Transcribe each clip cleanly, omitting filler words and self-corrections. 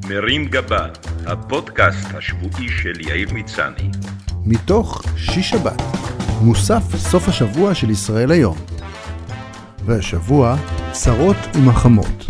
מרים גבה, הפודקאסט השבועי של יאיר מצני. מתוך שיש שבת, מוסף סוף השבוע של ישראל היום. והשבוע, צרות עם החמות.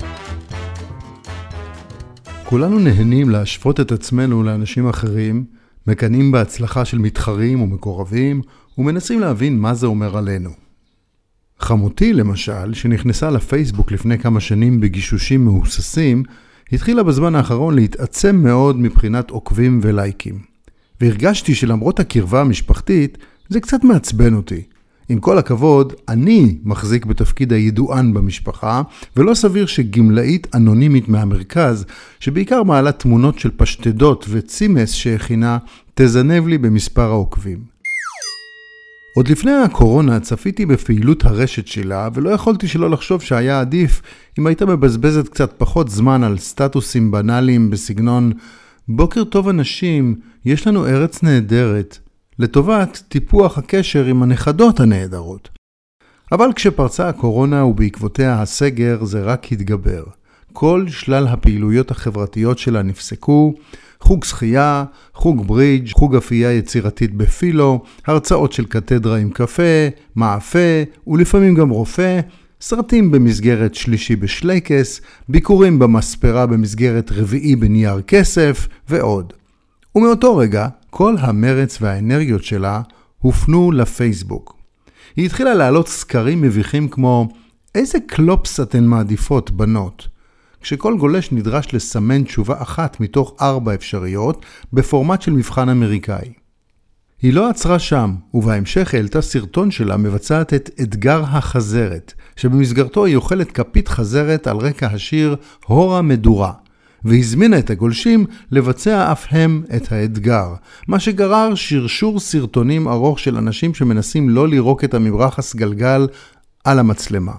כולנו נהנים להשוות את עצמנו לאנשים אחרים, מקנאים בהצלחה של מתחרים ומקורבים, ומנסים להבין מה זה אומר עלינו. חמותי למשל, שנכנסה לפייסבוק לפני כמה שנים בגישושים מהוססים, התחילה בזמן האחרון להתעצם מאוד מבחינת עוקבים ולייקים. והרגשתי שלמרות הקרבה המשפחתית, זה קצת מעצבן אותי. עם כל הכבוד, אני מחזיק בתפקיד הידוען במשפחה, ולא סביר שגמלאית אנונימית מהמרכז, שבעיקר מעלה תמונות של פשטדות וצימס שהכינה, תזנב לי במספר העוקבים. עוד לפני הקורונה צפיתי בפעילות הרשת שלה, ולא יכולתי שלא לחשוב שהיה עדיף אם הייתה מבזבזת קצת פחות זמן על סטטוסים בנאליים בסגנון בוקר טוב אנשים, יש לנו ארץ נהדרת, לטובת טיפוח הקשר עם הנכדות הנהדרות. אבל כשפרצה הקורונה ובעקבותיה הסגר זה רק התגבר. כל שלל הפעילויות החברתיות שלה נפסקו, חוג שחייה, חוג ברידג', חוג אפייה יצירתית בפילו, הרצאות של קתדרה עם קפה, מאפה ולפעמים גם רופא, סרטים במסגרת שלישי בשלייקס, ביקורים במספרה במסגרת רביעי בנייר כסף ועוד. ומאותו רגע, כל המרץ והאנרגיות שלה הופנו לפייסבוק. היא התחילה להעלות סקרים מביכים כמו איזה קלופס אתן מעדיפות בנות? כשכל גולש נדרש לסמן תשובה אחת מתוך 4 אפשריות בפורמט של מבחן אמריקאי. היא לא עצרה שם, ובהמשך העלתה סרטון שלה מבצעת את אתגר החזרת, שבמסגרתו היא אוכלת כפית חזרת על רקע השיר הורה מדורה, והזמינה את הגולשים לבצע אף הם את האתגר, מה שגרר שרשור סרטונים ארוך של אנשים שמנסים לא לירוק את המברח הסגלגל על המצלמה.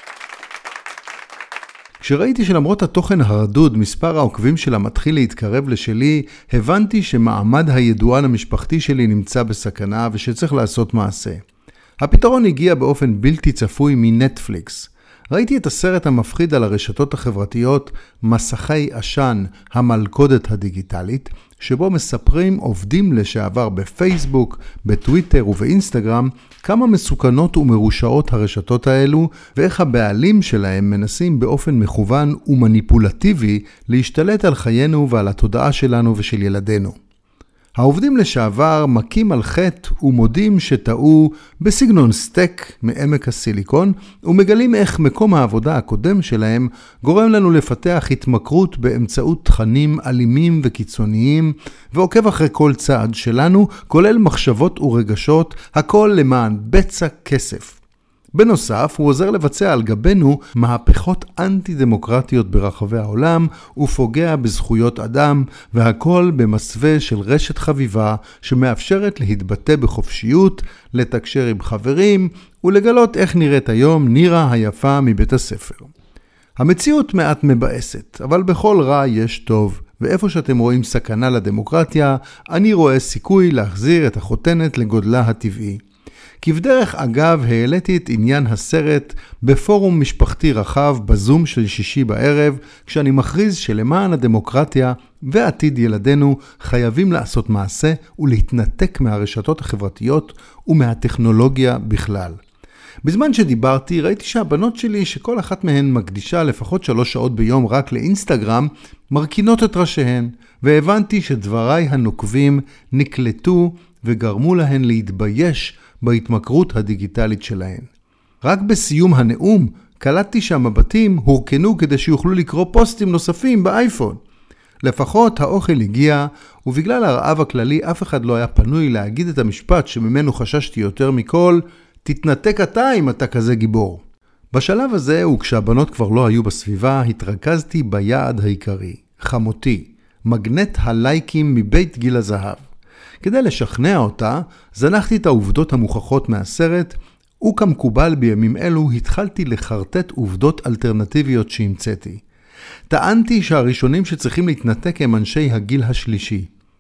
כשראיתי שלמרות התוכן הרדוד, מספר העוקבים שלה מתחיל להתקרב לשלי, הבנתי שמעמד הידוען המשפחתי שלי נמצא בסכנה ושצריך לעשות מעשה. הפתרון הגיע באופן בלתי צפוי מנטפליקס. ראיתי את הסרט המפחיד על הרשתות החברתיות, מסכי עשן, המלכודת הדיגיטלית, שבו מספרים עובדים לשעבר בפייסבוק, בטוויטר ובאינסטגרם, כמה מסוכנות ומרושעות הרשתות האלו, ואיך הבעלים שלהם מנסים באופן מכוון ומניפולטיבי להשתלט על חיינו ועל התודעה שלנו ושל ילדינו. העובדים לשעבר מכים על חטא ומודים שטעו בסגנון סטק מעמק הסיליקון, ומגלים איך מקום העבודה הקודם שלהם גורם לנו לפתח התמכרות באמצעות תכנים אלימים וקיצוניים, ועוקב אחרי כל צעד שלנו, כולל מחשבות ורגשות, הכל למען בצע כסף. בנוסף, הוא עוזר לבצע על גבינו מהפכות אנטי-דמוקרטיות ברחבי העולם, ופוגע בזכויות אדם, והכל במסווה של רשת חביבה שמאפשרת להתבטא בחופשיות, לתקשר עם חברים, ולגלות איך נראית היום נירה היפה מבית הספר. המציאות מעט מבאסת, אבל בכל רע יש טוב, ואיפה שאתם רואים סכנה לדמוקרטיה, אני רואה סיכוי להחזיר את החותנת לגודלה הטבעי. כבדרך אגב העליתי את עניין הסרט בפורום משפחתי רחב בזום של שישי בערב, כשאני מכריז שלמען הדמוקרטיה ועתיד ילדינו חייבים לעשות מעשה ולהתנתק מהרשתות החברתיות ומהטכנולוגיה בכלל. בזמן שדיברתי ראיתי שהבנות שלי שכל אחת מהן מקדישה לפחות 3 שעות ביום רק לאינסטגרם מרכינות את ראשיהן, והבנתי שדבריי הנוקבים נקלטו וגרמו להן להתבייש בהתמכרות הדיגיטלית שלהן. רק בסיום הנאום קלטתי שהמבטים הורכנו כדי שיוכלו לקרוא פוסטים נוספים באייפון. לפחות האוכל הגיע, ובגלל הרעב הכללי אף אחד לא היה פנוי להגיד את המשפט שממנו חששתי יותר מכל, תתנתק אתה אם אתה כזה גיבור. בשלב הזה, וכשהבנות כבר לא היו בסביבה, התרכזתי ביעד העיקרי, חמותי, מגנט הלייקים מבית גיל הזהב. כדי לשכנע אותה, זנחתי את העובדות המוכחות מהסרט, וכמקובל בימים אלו התחלתי לחרטט עובדות אלטרנטיביות שהמצאתי. טענתי שהראשונים שצריכים להתנתק הם אנשי הגיל השלישי.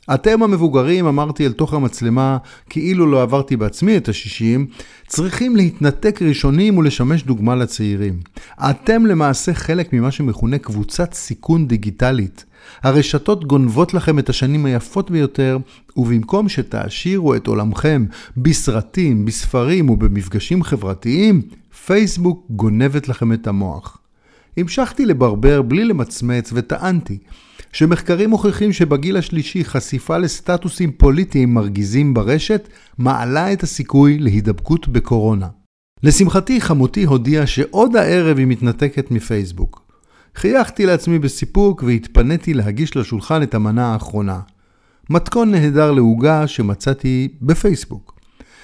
אתם המבוגרים, אמרתי אל תוך המצלמה, כאילו לא עברתי בעצמי את ה-60, צריכים להתנתק ראשונים ולשמש דוגמה לצעירים. אתם למעשה חלק ממה שמכונה קבוצת סיכון דיגיטלית. הרשתות גונבות לכם את השנים היפות ביותר, ובמקום שתעשירו את עולמכם בסרטים, בספרים ובמפגשים חברתיים, פייסבוק גונבת לכם את המוח. המשכתי לברבר בלי למצמץ וטענתי שמחקרים מוכיחים שבגיל השלישי חשיפה לסטטוסים פוליטיים מרגיזים ברשת מעלה את הסיכוי להידבקות בקורונה. לשמחתי חמותי הודיעה שעוד הערב היא מתנתקת מפייסבוק. חייכתי לעצמי בסיפוק והתפניתי להגיש לשולחן את המנה האחרונה. מתכון נהדר לעוגה שמצאתי בפייסבוק.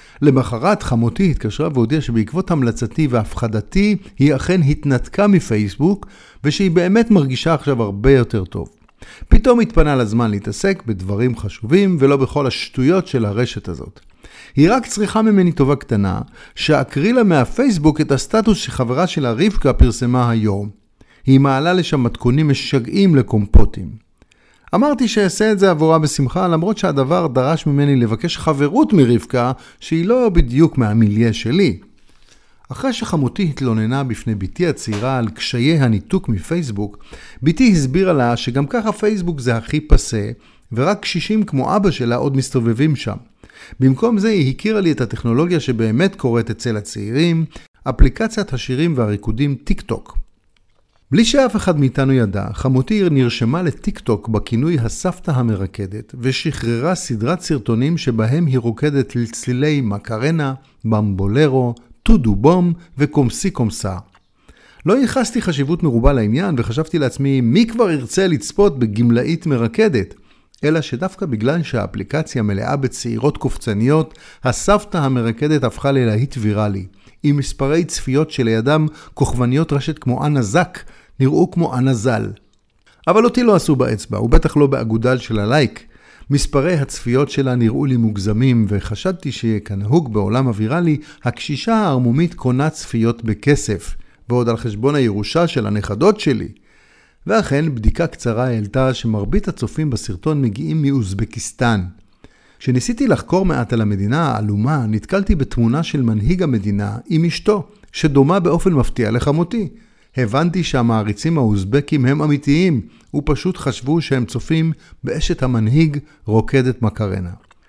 למחרת חמותי התקשרה והודיעה שבעקבות המלצתי והפחדתי היא אכן התנתקה מפייסבוק ושהיא באמת מרגישה עכשיו הרבה יותר טוב. פתאום התפנה לזמן להתעסק בדברים חשובים ולא בכל השטויות של הרשת הזאת. היא רק צריכה ממני טובה קטנה שאקריא לה מהפייסבוק את הסטטוס שחברה שלה רבקה פרסמה היום. היא מעלה לשם מתכונים משגעים לקומפוטים. אמרתי שאעשה את זה עבורה בשמחה, למרות שהדבר דרש ממני לבקש חברות מרבקה, שהיא לא בדיוק מהמיליה שלי. אחרי שחמותי התלוננה בפני ביתי הצעירה על קשיי הניתוק מפייסבוק, ביתי הסבירה לה שגם ככה פייסבוק זה הכי פסה, ורק קשישים כמו אבא שלה עוד מסתובבים שם. במקום זה היא הכירה לי את הטכנולוגיה שבאמת קורית אצל הצעירים, אפליקציית השירים והריקודים טיק טוק. בלי שאף אחד מאיתנו ידע, חמותי נרשמה לטיק טוק בכינוי הסבתא המרקדת, ושחררה סדרת סרטונים שבהם היא רוקדת לצלילי מקרנה, במבולרו, טודו בום וקומסי קומסה. לא ייחסתי חשיבות מרובה לעניין וחשבתי לעצמי מי כבר ירצה לצפות בגמלאית מרקדת, אלא שדווקא בגלל שהאפליקציה מלאה בצעירות קופצניות, הסבתא המרקדת הפכה ללהיט ויראלי, עם מספרי צפיות שלידם כוכבניות רשת כמו אנה זק נראו כמו אנה זל. אבל אותי לא עשו באצבע, ובטח לא באגודל של הלייק. מספרי הצפיות שלה נראו לי מוגזמים, וחשדתי שכנהוג בעולם הוויראלי, הקשישה הערמומית קונה צפיות בכסף, ועוד על חשבון הירושה של הנכדות שלי. ואכן, בדיקה קצרה העלתה שמרבית הצופים בסרטון מגיעים מאוזבקיסטן. כשניסיתי לחקור מעט על המדינה העלומה, נתקלתי בתמונה של מנהיג המדינה עם אשתו, שדומה באופן מפתיע לחמותי. הבנתי שהמעריצים האוזבקים הם אמיתיים, ופשוט חשבו שהם צופים באשת המנהיג רוקדת מקרנה.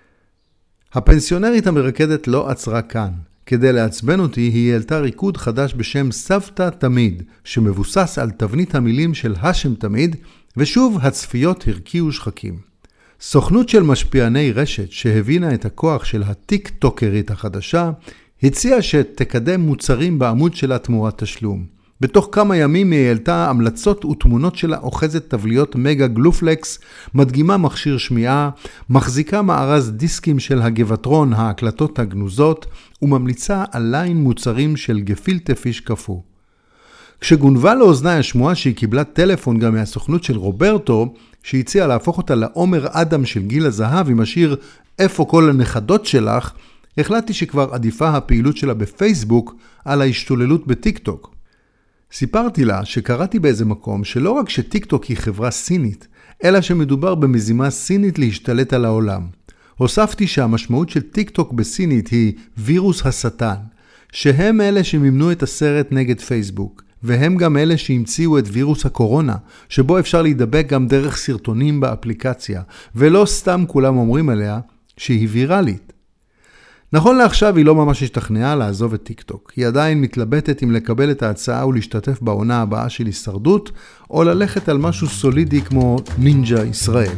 הפנסיונרית המרקדת לא עצרה כאן. כדי לעצבן אותי, היא העלתה ריקוד חדש בשם סבתא תמיד, שמבוסס על תבנית המילים של השם תמיד, ושוב הצפיות הרקיעו שחקים. סוכנות של משפיעני רשת שהבינה את הכוח של הטיק טוקרית החדשה, הציעה שתקדם מוצרים בעמוד שלה תמורת תשלום. בתוך כמה ימים היא העלתה המלצות ותמונות שלה אוחזת תבליות מגה גלופלקס, מדגימה מכשיר שמיעה, מחזיקה מארז דיסקים של הגבעטרון ההקלטות הגנוזות, וממליצה על ליין מוצרים של גפילטה פיש קפוא. כשגונבה לאוזני השמועה שהיא קיבלה טלפון גם מהסוכנות של רוברטו, שהציעה להפוך אותה לעומר אדם של גיל הזהב עם השיר "איפה כל הנכדות שלך", החלטתי שכבר עדיפה הפעילות שלה בפייסבוק על ההשתוללות בטיק טוק. סיפרתי לה שקראתי באיזה מקום שלא רק שטיק טוק היא חברה סינית, אלא שמדובר במזימה סינית להשתלט על העולם. הוספתי שהמשמעות של טיק טוק בסינית היא וירוס השטן, שהם אלה שמימנו את הסרט נגד פייסבוק, והם גם אלה שהמציאו את וירוס הקורונה, שבו אפשר להידבק גם דרך סרטונים באפליקציה, ולא סתם כולם אומרים עליה שהיא ויראלית. נכון לעכשיו היא לא ממש השתכנעה לעזוב את טיק טוק. היא עדיין מתלבטת אם לקבל את ההצעה ולהשתתף בעונה הבאה של הישרדות, או ללכת על משהו סולידי כמו נינג'ה ישראל.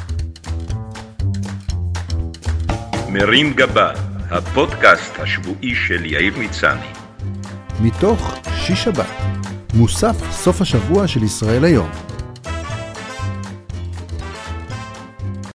מרים גבה, הפודקאסט השבועי של יאיר ניצני. מתוך שיש שבת, מוסף סוף השבוע של ישראל היום.